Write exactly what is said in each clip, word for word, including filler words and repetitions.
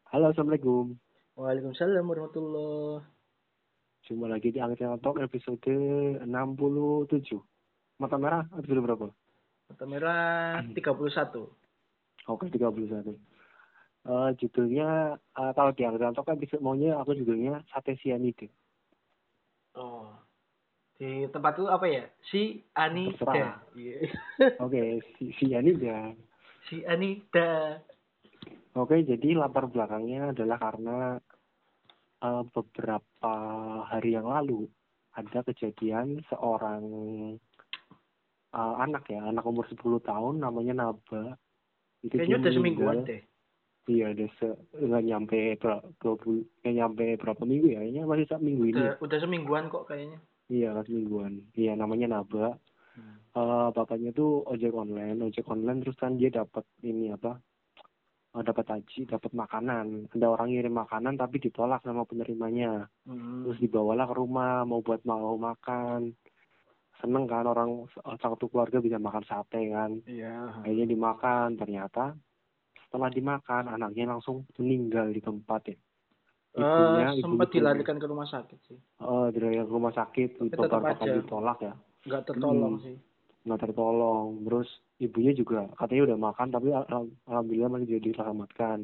Halo, Assalamualaikum. Waalaikumsalam warahmatullah. Jumpa lagi di Angkatan Talk episode enam puluh tujuh. Mata Merah episode berapa? Mata merah tiga puluh satu. Oke, tiga puluh satu. Uh, judulnya, uh, kalau di Angkatan Talk episode maunya aku judulnya Sate Sianide. Oh. Di tempat itu apa ya? Si Anida. Terserah. Iya. Oke, si Sianida. Si Anida. Oke, jadi latar belakangnya adalah karena uh, beberapa hari yang lalu ada kejadian seorang uh, anak ya, anak umur sepuluh tahun namanya Naba. Itu Kayaknya dia udah semingguan meninggal. deh. Iya, udah se nggak nyampe berapa dua puluh nggak nyampe berapa minggu ya? Kayaknya masih sak minggu ini Udah ya. udah semingguan kok kayaknya. Iya, semingguan. Iya, namanya Naba. Hmm. Eh bapaknya tuh ojek online, ojek online terus kan dia dapat ini apa? eh, dapat taji, dapat makanan. Ada orang ngirim makanan tapi ditolak sama penerimanya. Terus Hmm. dibawalah ke rumah mau buat mau makan. Seneng kan orang eh, satu keluarga bisa makan sate kan. Iya. Akhirnya dimakan, ternyata setelah dimakan anaknya langsung meninggal di tempat ya. Eh ibunya ibu sempat ibunya dilarikan ke rumah sakit sih. eh dari rumah sakit Tapi tetap beberapa kali aja ditolak ya. nggak hmm, tertolong sih. nggak tertolong. Terus ibunya juga katanya udah makan tapi al- alhamdulillah masih jadi diselamatkan.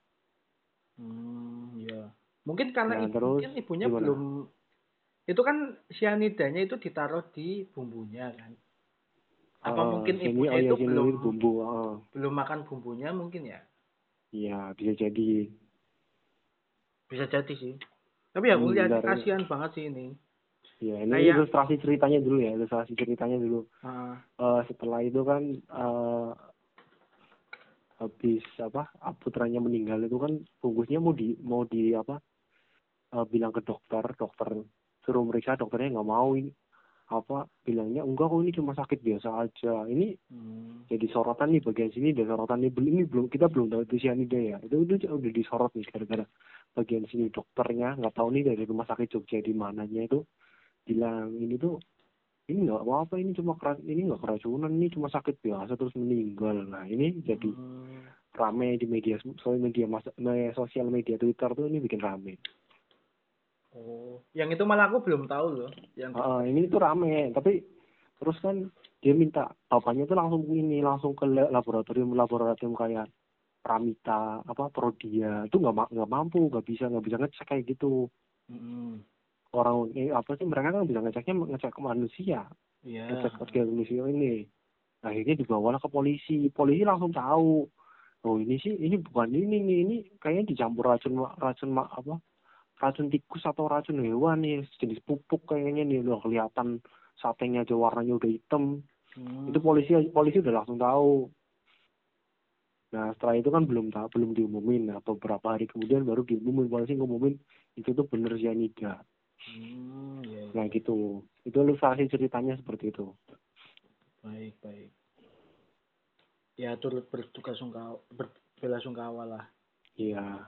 Hmm, iya. Mungkin karena Nah i- terus mungkin ibunya belum gimana? itu kan sianidanya itu ditaruh di bumbunya kan. Apa uh, mungkin sini ibunya oh ya itu sini belum itu bumbu. uh, belum makan bumbunya mungkin ya? iya bisa jadi. Bisa jadi sih. Tapi aku hmm, lihatnya bentar ini. kasihan banget sih ini. Ya ini Kayak ilustrasi ceritanya dulu ya, ilustrasi ceritanya dulu. uh, Eh setelah itu kan eh habis apa ah, putranya meninggal itu kan bungkusnya mau di mau di apa eh, bilang ke dokter, dokter suruh meriksa, dokternya nggak mau. Ini apa bilangnya enggak kok, ini cuma sakit biasa aja. Ini hmm, jadi sorotan nih bagian sini, dan sorotan ini belum ini belum kita belum tahu itu sianida ya. Itu itu udah disorot nih gara-gara bagian sini. Dokternya nggak tahu nih dari rumah sakit Jogja di mananya itu bilang ini tuh ini nggak apa-apa, ini cuma keras, ini nggak keracunan, ini cuma sakit biasa terus meninggal. Nah ini jadi hmm. rame di media sosial media mas, sosial media Twitter tuh, ini bikin rame. Oh, yang itu malah aku belum tahu loh, yang Uh, dokter ini itu. tuh rame tapi terus kan dia minta bapaknya tuh langsung ini langsung ke laboratorium laboratorium kayak Pramita apa Prodia itu nggak ma- nggak mampu, nggak bisa nggak bisa ngecek kayak gitu. Hmm, Orang ini apa sih, mereka kan bisa ngeceknya ngecek ke manusia, iya. ngecek ke manusia ini. Akhirnya dibawalah ke polisi, polisi langsung tahu, oh ini sih ini bukan ini nih, ini kayaknya dicampur racun racun apa racun tikus atau racun hewan nih, jenis pupuk kayaknya nih. Loh kelihatan satenya aja warnanya udah hitam. Itu Hmm. polisi polisi udah langsung tahu. Nah setelah itu kan belum tahu, belum diumumin. Nah beberapa hari kemudian baru diumumin, polisi ngumumin itu tuh bener cyanida. Hmm, iya, Nah iya. gitu, itu ilustrasi ceritanya seperti itu. Baik, baik. Ya turut berduka sungkawa, berbela lah. Iya.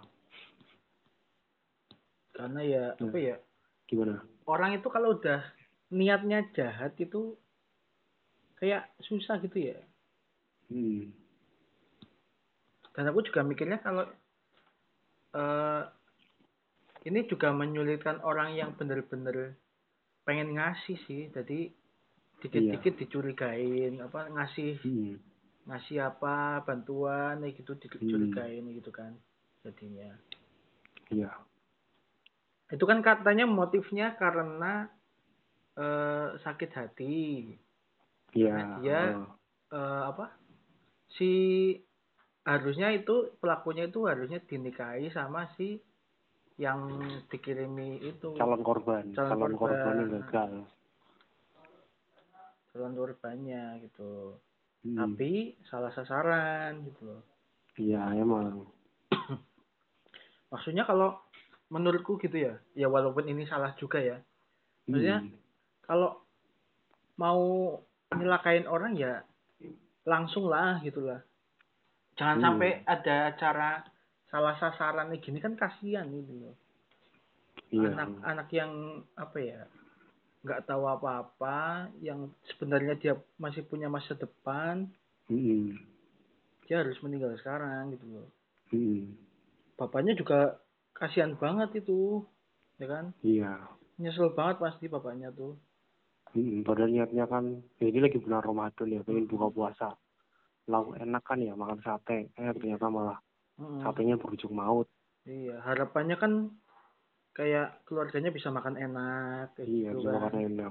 Karena ya Nah apa ya? gimana? Orang itu kalau udah niatnya jahat itu kayak susah gitu ya. hmm, Dan aku juga mikirnya kalau eh, ini juga menyulitkan orang yang bener-bener pengen ngasih sih. Jadi iya. dikit-dikit dicurigain apa ngasih hmm, ngasih apa bantuan kayak gitu hmm, dicurigain gitu kan jadinya. iya. Itu kan katanya motifnya karena eh, sakit hati. Iya. Karena dia uh, eh, apa si harusnya itu pelakunya itu harusnya dinikahi sama si yang dikirimi itu calon korban calon calon korban korban yang gagal. calon korbannya gitu hmm, tapi salah sasaran gitu loh. iya emang. Maksudnya kalau menurutku gitu ya ya walaupun ini salah juga ya maksudnya hmm, kalau mau nyelakain orang ya langsung lah gitu lah jangan sampai hmm, ada cara salah sasaran nih gini kan kasihan gitu loh iya. anak-anak yang apa ya nggak tahu apa-apa yang sebenarnya dia masih punya masa depan hmm, dia harus meninggal sekarang gitu loh. hmm. bapaknya juga kasihan banget itu, ya kan? Iya. Nyesel banget pasti bapaknya tuh. Hmm, padahal niatnya kan, ya ini lagi bulan Ramadan ya, pengen buka Mm-mm. puasa. Lauk enak kan ya, makan sate. Eh, ternyata malah Mm-mm. satenya berujung maut. Iya, harapannya kan kayak keluarganya bisa makan enak kayak Iya, gitu bisa kan. makan enak.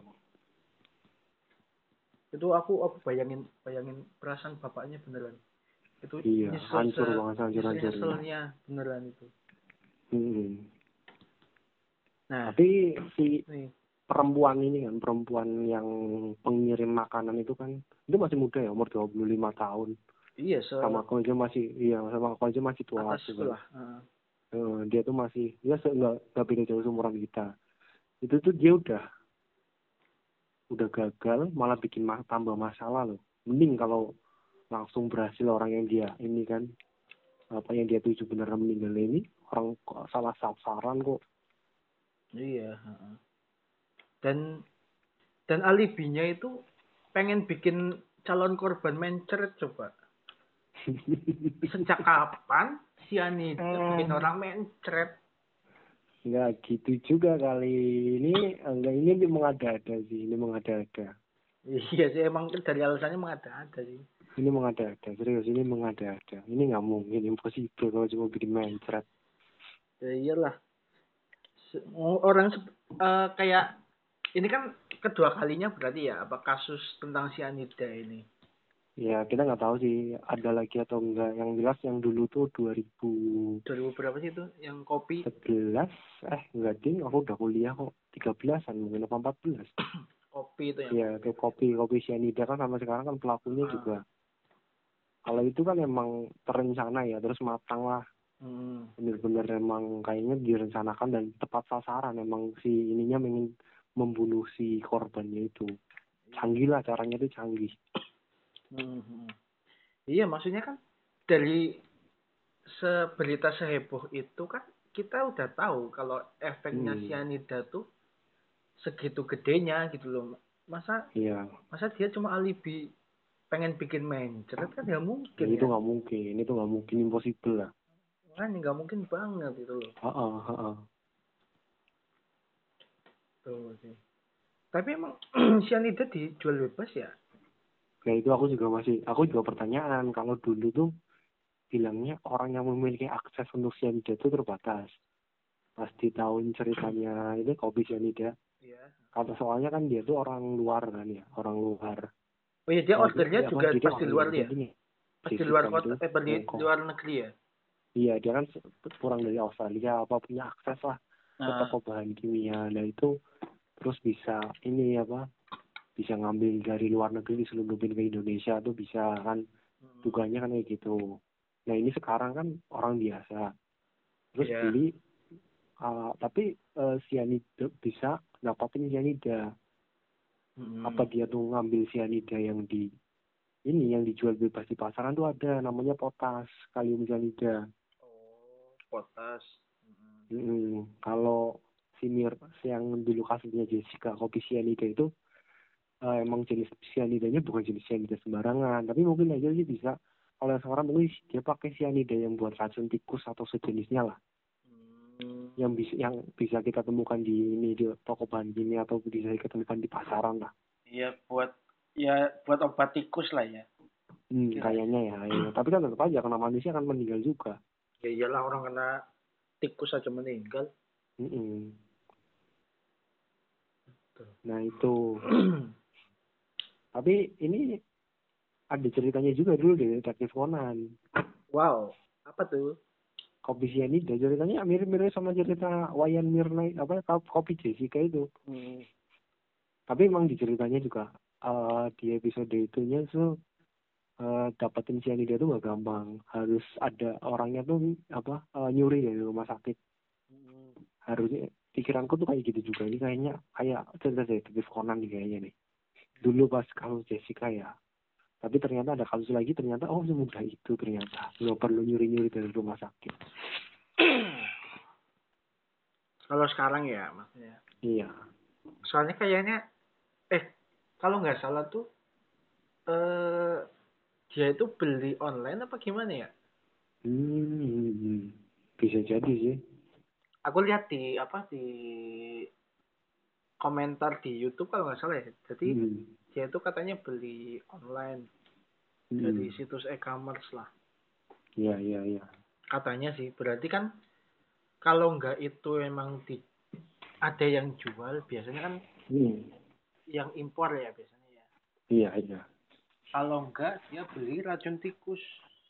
Itu aku aku bayangin bayangin perasaan bapaknya beneran. Itu Iya, nyesel se hancur banget, nyesel hancur-hancurnya. nyeselnya beneran itu. Hmm. Nah, Tapi si nih, perempuan ini kan, perempuan yang pengirim makanan itu kan, itu masih muda ya, umur dua puluh lima tahun. iya se Sama aku aja masih, iya, sama aku aja masih tua atas aku kan. itulah. Heeh. Eh, dia tuh masih, ya se- nggak nggak beda jauh seumuran kita. Itu tuh dia udah udah gagal, malah bikin ma- tambah masalah loh. Mending kalau langsung berhasil orang yang dia ini kan, apa yang dia tuju beneran meninggal ini, orang kok salah sasaran kok. Iya, heeh. Dan dan alibinya itu pengen bikin calon korban mencret coba. Sejak kapan cyanida bikin Eh, orang mencret? nggak gitu juga kali ini, enggak, ini mengada-ada sih, ini mengada-ada. Iya sih emang dari alasannya emang ada-ada sih. Ini mengada-ada, serius, ini mengada-ada. Ini nggak mungkin, impossible kalau cuma bikin mencret. Ya iyalah. Se- Orang se- eh, kayak ini kan kedua kalinya berarti ya apa kasus tentang cyanida ini. Ya, kita nggak tahu sih ada lagi atau enggak. Yang jelas yang dulu tuh dua ribu dua ribu berapa sih itu yang kopi sebelas, eh enggak ding, aku udah kuliah kok. tiga belasan mungkin, apa empat belas. kopi itu yang Iya, kopi itu itu. kopi, kopi cyanida kan sampai sekarang kan pelakunya Ah, juga. Kalau itu kan emang terencana ya, terus matang lah. hmm, Bener-bener emang kayaknya direncanakan dan tepat sasaran. Emang si ininya ingin membunuh si korbannya itu. iya. Canggih lah, caranya tuh canggih. Hmm, hmm. Iya maksudnya kan dari seberita seheboh itu kan kita udah tahu kalau efeknya Hmm, cyanida tuh segitu gedenya gitu loh. Masa iya. masa dia cuma alibi pengen bikin mencret kan nggak Ya mungkin itu kan. nggak mungkin, itu nggak mungkin, impossible lah. Kan nggak mungkin banget gitu loh. Heeh, heeh. Tuh sih. Tapi emang cyanida dijual bebas ya? Nah itu aku juga masih, aku juga pertanyaan, kalau dulu tuh bilangnya orang yang memiliki akses untuk cyanida itu terbatas. Pas di tahun ceritanya ini kopi cyanida, Iya. kata soalnya kan dia tuh orang luar kan ya, orang luar. Oh iya dia Eh, dia, ordernya dia apa? juga Jadi pas di orang luar Indonesia ya? gini, Pas di luar Jessica kota itu, eh pas di Hongkong. luar negeri ya? Iya, dia kan se- pulang dari Australia, apa punya akses lah ke Nah, toko bahan kimia. Nah itu terus bisa ini apa? Bisa ngambil dari luar negeri diselundupin ke Indonesia tuh bisa kan, hmm, dugaannya kan kayak gitu. Nah ini sekarang kan orang biasa terus iya. beli, uh, tapi uh, cyanida bisa dapatin cyanida. Apa Hmm. dia tuh ngambil cyanida yang di ini yang dijual bebas di pasaran tuh ada namanya potas kalium cyanida. Oh, potas. Hmm. Hmm, kalau si Mir yang dulu kasusnya Jessica kopi cyanida itu, uh, emang jenis cyanidanya bukan jenis cyanida sembarangan, tapi mungkin aja sih bisa kalau yang sekarang mungkin dia pakai cyanida yang buat racun tikus atau sejenisnya lah, Hmm. yang bisa yang bisa kita temukan di ini di toko bahan kimia atau bisa kita temukan di pasaran lah. Iya buat ya buat obat tikus lah ya. Hmm, Kiranya. kayaknya ya, ya. Tapi kan tetap aja karena manusia akan meninggal juga. Ya iyalah orang kena tikus aja meninggal. Mm-mm. Tuh. Nah itu, tapi ini ada ceritanya juga dulu di Detektif Conan. Wow, apa tuh? Kopi cyanida ceritanya mirip-mirip sama cerita Wayan Mirna apa kopi Jessica itu. Hmm. Tapi emang di ceritanya juga, uh, di episode itunya tuh, uh, dapetin cyanida tuh gak gampang. Harus ada orangnya tuh apa, uh, nyuri dari rumah sakit. Hmm. Harusnya pikiranku tuh kayak gitu juga. Ini kayaknya kayak cerita detektif Conan nih kayaknya nih. Dulu pas kasus Jessica ya. Tapi ternyata ada kasus lagi, ternyata oh semudah itu ternyata. Nggak perlu nyuri-nyuri dari rumah sakit. Kalau sekarang ya maksudnya. Iya. Soalnya kayaknya eh kalau nggak salah tuh eh dia itu beli online apa gimana ya? Hmm, bisa bisa jadi sih. Aku lihat di apa di komentar di YouTube kalau nggak salah ya. Jadi Hmm. dia itu katanya beli online Hmm. dari situs e-commerce lah. Iya, iya, iya. Katanya sih. Berarti kan kalau nggak itu emang di ada yang jual, biasanya kan Hmm. yang impor ya biasanya ya. Iya, iya. Kalau enggak dia beli racun tikus.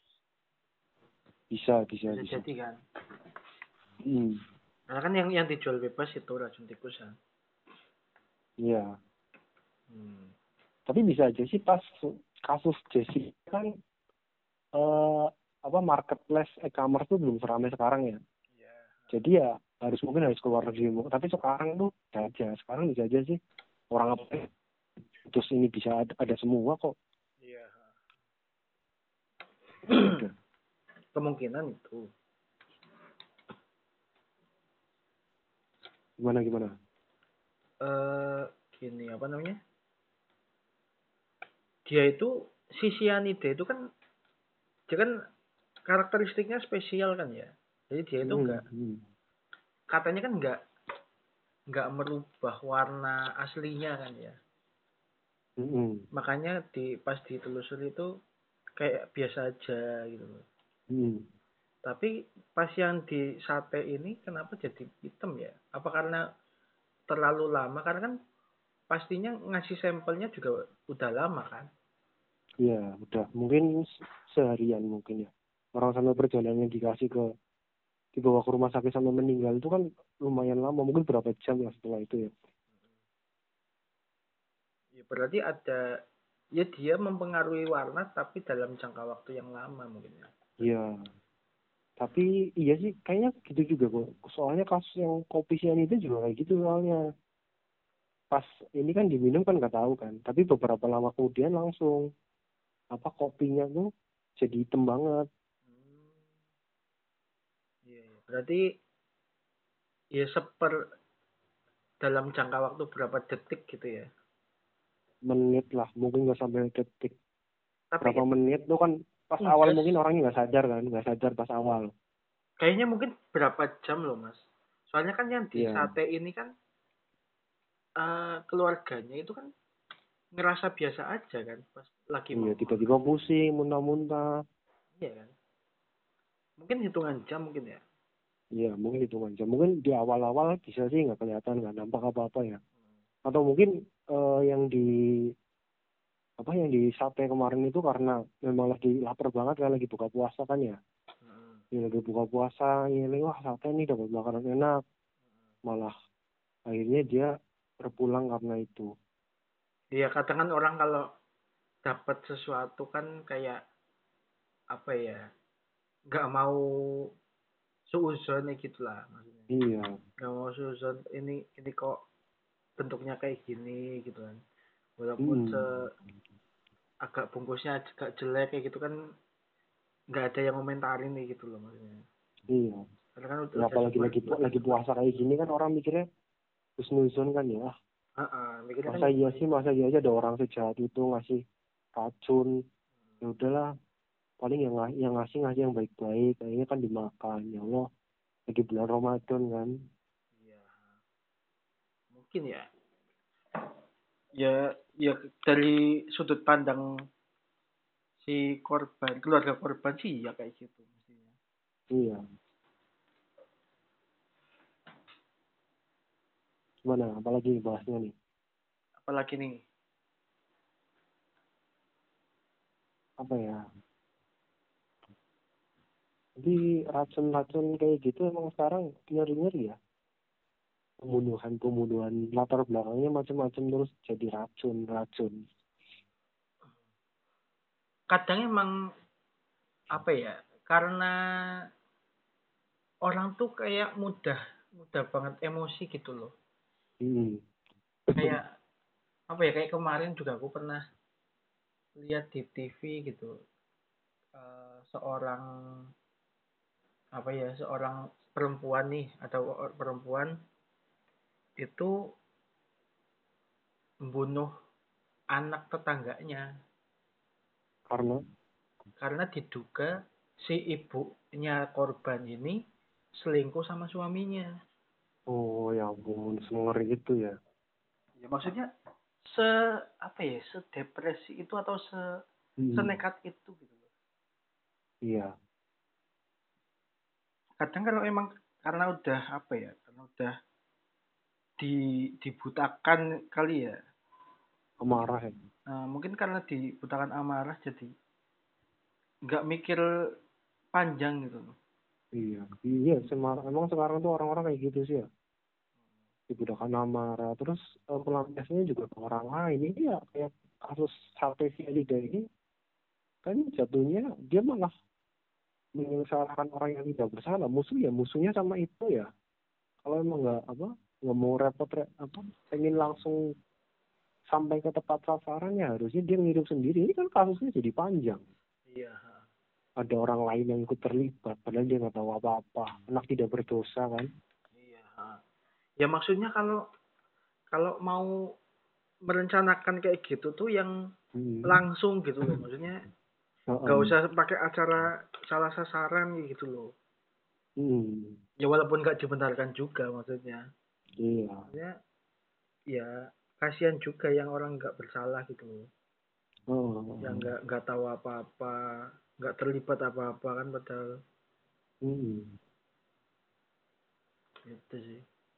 Bisa, bisa, Bisa bisa. jadi kan. Hmm. Karena kan yang yang dijual bebas itu racun tikus kan. Iya. Hmm. Tapi bisa aja sih pas kasus Jessica kan eh, apa marketplace e-commerce tuh belum seramai sekarang ya. Iya. Jadi ya harus mungkin harus keluar negeri. Tapi sekarang tuh bisa aja. Sekarang bisa aja sih orang apa terus ini bisa ada, ada semua kok. Iya. Ada. Kemungkinan itu. Gimana gimana? Eh gini apa namanya? Dia itu si cyanida itu kan dia kan karakteristiknya spesial kan ya. Jadi dia itu Hmm. enggak Hmm. katanya kan enggak enggak merubah warna aslinya kan ya. Hmm. Makanya di pas ditelusuri itu kayak biasa aja gitu loh. Hmm. Tapi pas yang di sate ini kenapa jadi hitam ya? Apa karena terlalu lama? Karena kan pastinya ngasih sampelnya juga udah lama kan? Ya udah mungkin seharian mungkin ya. Orang sampai perjalanan dikasih ke dibawa ke rumah sakit sampai meninggal itu kan lumayan lama, mungkin berapa jam ya setelah itu ya. Ya berarti ada ya dia mempengaruhi warna tapi dalam jangka waktu yang lama mungkin ya. Iya. Tapi iya sih kayaknya gitu juga kok. Soalnya kasus yang kopi cyanida juga kayak gitu soalnya. Pas ini kan diminum kan nggak tahu kan. Tapi beberapa lama kemudian langsung apa kopinya tuh jadi hitam banget. Hmm, iya, iya. Berarti ya seper dalam jangka waktu berapa detik gitu ya. Menit lah, mungkin nggak sampai detik. Tapi Berapa menit tuh kan pas awal enggak mungkin orangnya nggak sadar kan, nggak sadar pas awal. kayaknya mungkin berapa jam loh mas. Soalnya kan yang di Iya. sate ini kan eh, keluarganya itu kan ngerasa biasa aja kan pas lagi Iya, mau tiba-tiba makan. pusing, muntah-muntah. Iya kan. Mungkin hitungan jam mungkin ya. Iya, mungkin itu aja. Mungkin di awal-awal bisa sih nggak kelihatan, nggak nampak apa-apa ya. Atau mungkin eh, yang di apa yang di sate kemarin itu karena memang lagi lapar banget kan, lagi buka puasa kan ya. Hmm. Ini lagi buka puasa, ini wah sate nih dapat makanan enak. Malah akhirnya dia terpulang karena itu. Iya kadang kan orang kalau dapat sesuatu kan kayak apa ya nggak mau suuzon gitu lah maksudnya. Iya. Nggak mau suuzon ini ini kok bentuknya kayak gini gitu kan. Walaupun se Hmm. agak bungkusnya agak jelek kayak gitu kan nggak ada yang komentarin nih gitu loh maksudnya. Iya. Karena kan udah, Ya udah apalagi super lagi pu- udah lagi super. puasa kayak gini kan orang mikirnya husnuzon kan ya. Ah, Heeh, mikirnya kan masa gitu iya aja. sih, masa iya aja ada orang sejahat itu ngasih racun. Ya udahlah, paling yang nga- yang ngasih ngasih yang baik-baik, kayaknya kan dimakan. Ya Allah, lagi bulan Ramadan kan. Iya, mungkin ya. Ya, ya dari sudut pandang si korban, keluarga korban sih ya kayak gitu mestinya. Iya. Gimana? Apalagi bahasnya nih? Apalagi nih, Apa ya? Jadi racun-racun kayak gitu emang sekarang ngeri-ngeri ya. Pembunuhan-pembunuhan latar belakangnya macam-macam terus jadi racun-racun. kadang emang apa ya? Karena orang tuh kayak mudah, mudah banget emosi gitu loh. Hmm. Kayak apa ya? Kayak kemarin juga aku pernah lihat di T V gitu, eh, seorang apa ya? Seorang perempuan nih atau perempuan itu membunuh anak tetangganya Karena karena diduga si ibunya korban ini selingkuh sama suaminya. Oh ya ampun, sengeri itu ya. Ya maksudnya se apa ya, sedepresi itu atau se Hmm. senekat itu gitu loh. Iya. Kadang kalau emang karena udah apa ya, karena udah di dibutakan kali ya. Amarah ya. Nah, mungkin karena dibutakan amarah jadi nggak mikir panjang gitu loh. Iya. Iya, semar- emang sekarang tuh orang-orang kayak gitu sih ya. Dibudakkan amarah. Terus eh, pelampiasannya juga ke orang lain. Ini ya kayak kasus Sate Sianida ini. Kan jatuhnya dia malah menyalahkan orang yang tidak bersalah. Musuh ya musuhnya sama itu ya. Kalau emang nggak apa nggak mau repot re, apa pengen langsung sampai ke tepat sasaran ya harusnya dia ngirim sendiri. Ini kan kasusnya jadi panjang. Iya. Ada orang lain yang ikut terlibat padahal dia nggak tahu apa-apa. Anak tidak berdosa kan. Iya. Ya maksudnya kalau kalau mau merencanakan kayak gitu tuh yang Hmm. langsung gitu loh, maksudnya nggak Uh-uh. usah pakai acara salah sasaran gitu loh. Hmm. Ya walaupun nggak dibenarkan juga maksudnya. Iya. Maksudnya ya kasihan juga yang orang nggak bersalah gitu loh. Oh. Yang nggak nggak tahu apa-apa, nggak terlibat apa-apa kan padahal Hmm. gitu sih.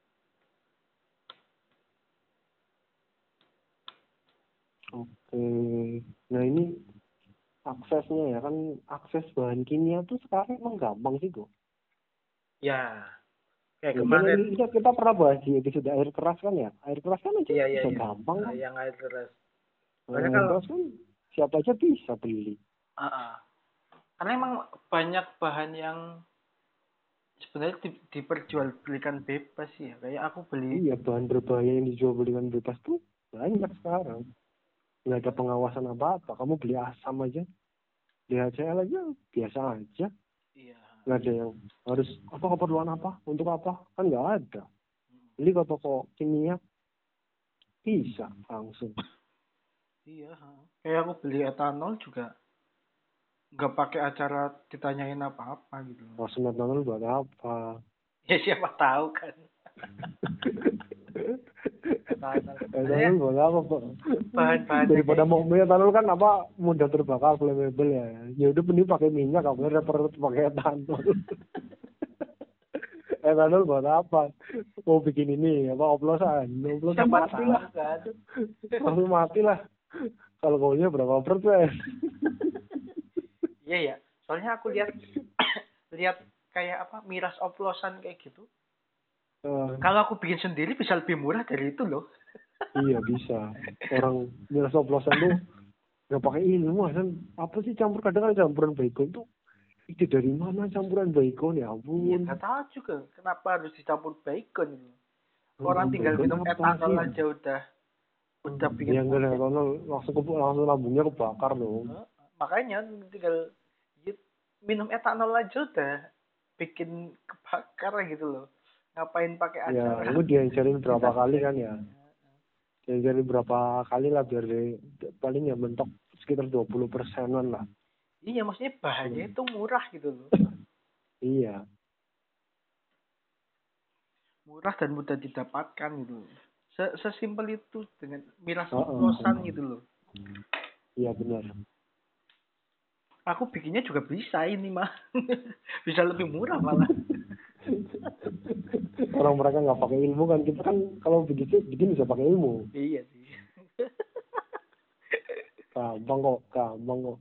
Oke. Nah ini aksesnya ya kan akses bahan kimia tuh sekarang emang gampang sih kok. Ya, kayak Ya, kan kemarin. ini kita, kita pernah bahas di episode air keras kan ya. Air keras kan aja Iya, iya, bisa iya. gampang Nah, kan. yang air keras. Nah, Soalnya air kalau keras kan siapa aja bisa beli. uh, uh. Karena emang banyak bahan yang sebenarnya di, diperjualbelikan bebas sih ya. Kayak aku beli. Iya, bahan berbahaya yang dijual belikan bebas tuh banyak sekarang. Nggak ada pengawasan apa-apa. Kamu beli asam aja, D H C L aja biasa aja. Iya. Nggak ada yang harus apa keperluan apa, untuk apa, kan nggak ada. Beli ke toko kimia bisa langsung. Iya. Kayak aku beli etanol juga nggak pakai acara ditanyain apa-apa gitu. Langsung etanol buat apa? Ya siapa tahu kan. Etanol. Etanol buat apa, Pak? Bahan-bahan Daripada kayak mau etanol kan apa mudah terbakar, flammable ya. Ya udah mending pakai minyak, apa repot pakai etanol. Etanol buat apa? Mau bikin ini apa oplosan? Oplosan siapa mati tahu lah. kan. Langsung mati lah. Kalau kaunya berapa persen? Iya ya. Soalnya aku lihat lihat kayak apa miras oplosan kayak gitu. Uh, Kalau aku bikin sendiri bisa lebih murah dari itu loh. iya bisa. Orang miras oplosan tuh nggak pakai ilmu kan. Apa sih campur, kadang kan campuran bacon tuh ide dari mana campuran bacon ya Iya, ampun. nggak tahu juga kenapa harus dicampur bacon itu. Orang Hmm, tinggal bacon minum apa etanol sih? aja udah udah Hmm, bikin yang enggak pusing. etanol langsung ke, langsung lambungnya kebakar dong. Heeh. Makanya tinggal y- minum etanol aja udah bikin kebakar gitu loh. Ngapain pakai Ya, acara itu diajarin berapa kali kan ditandain. ya? Diajarin berapa kali lah biar di- paling ya mentok sekitar dua puluh persenan lah. Iya, maksudnya bahannya Hmm. itu murah gitu loh. Iya. Murah dan mudah didapatkan gitu loh. Se- Sesimpel itu dengan miras Oh, oh, oplosan oh. gitu loh. Iya benar. Aku bikinnya juga bisa ini mah. Bisa lebih murah malah. Orang mereka nggak pakai ilmu kan, kita kan kalau begitu bikin bisa pakai ilmu. Iya sih. Gampang kok, gampang kok.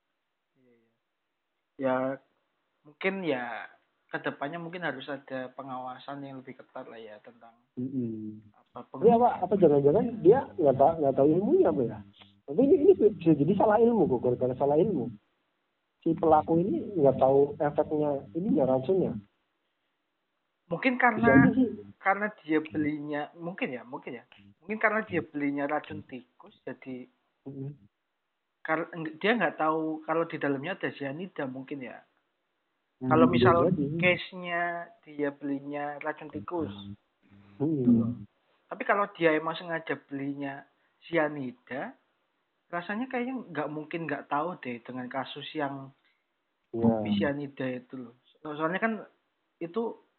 Ya mungkin ya kedepannya mungkin harus ada pengawasan yang lebih ketat lah ya tentang Mm-mm. apa Tapi apa penggunaan. apa jangan-jangan dia nggak tahu nggak tahu ilmunya apa ya? Tapi ini ini bisa jadi salah ilmu kok, gara-gara salah ilmu. Si pelaku ini nggak tahu efeknya ini ya racunnya. Mungkin Bisa karena aja sih. karena dia belinya mungkin ya mungkin ya mungkin karena dia belinya racun tikus jadi Mm-mm. kar- dia nggak tahu kalau di dalamnya ada cyanida mungkin ya. Kalau Hmm, bisa misal jadi. case-nya dia belinya racun tikus gitu loh. Hmm. Tapi kalau dia emang sengaja belinya cyanida, rasanya kayaknya nggak mungkin nggak tahu deh dengan kasus yang Ya. kopi cyanida itu loh. So- Soalnya kan itu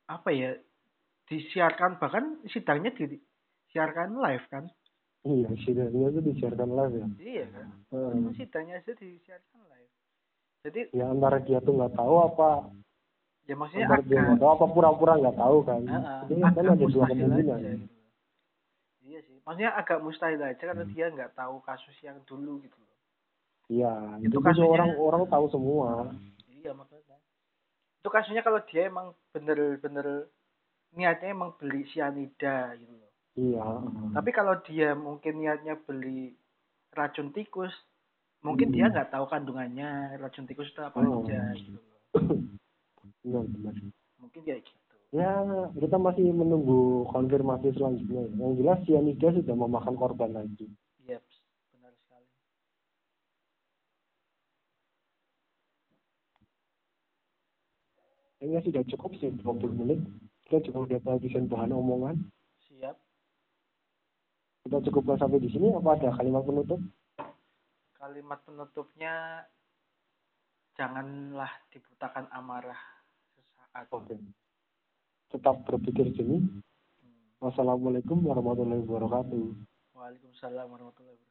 apa ya, disiarkan, bahkan sidangnya disiarkan live kan. Iya, sidangnya itu disiarkan live ya. Iya kan. Hmm. Sidangnya aja disiarkan live. Jadi Ya antara dia tuh nggak tahu apa, ya maksudnya antara dia agak nggak tahu apa pura-pura nggak tahu kan. uh, Jadi kan agak ada dua mustahil kemungkinan. aja gitu. Iya sih. Maksudnya agak mustahil aja karena dia nggak tahu kasus yang dulu gitu loh. Iya, Itu itu kasusnya orang-orang tahu semua. iya makanya. Itu kasusnya kalau dia emang bener-bener niatnya emang beli sianida gitu loh. Iya. Tapi kalau dia mungkin niatnya beli racun tikus, mungkin dia nggak tahu kandungannya racun tikus itu apa Oh. aja gitu loh. Benar-benar. Mungkin kayak gitu. Ya, kita masih menunggu konfirmasi selanjutnya. Yang jelas sianida sudah memakan korban lagi. Iya, benar sekali. Kayaknya sudah cukup sih dua puluh menit. Kita cukup udah kehabisan bahan omongan. Siap. Kita cukupkan sampai di sini. Apa ada kalimat penutup? Kalimat penutupnya, janganlah dibutakan amarah sesaat. Oke. Tetap berpikir jernih. Hmm. Wassalamualaikum warahmatullahi wabarakatuh. Waalaikumsalam warahmatullahi wabarakatuh.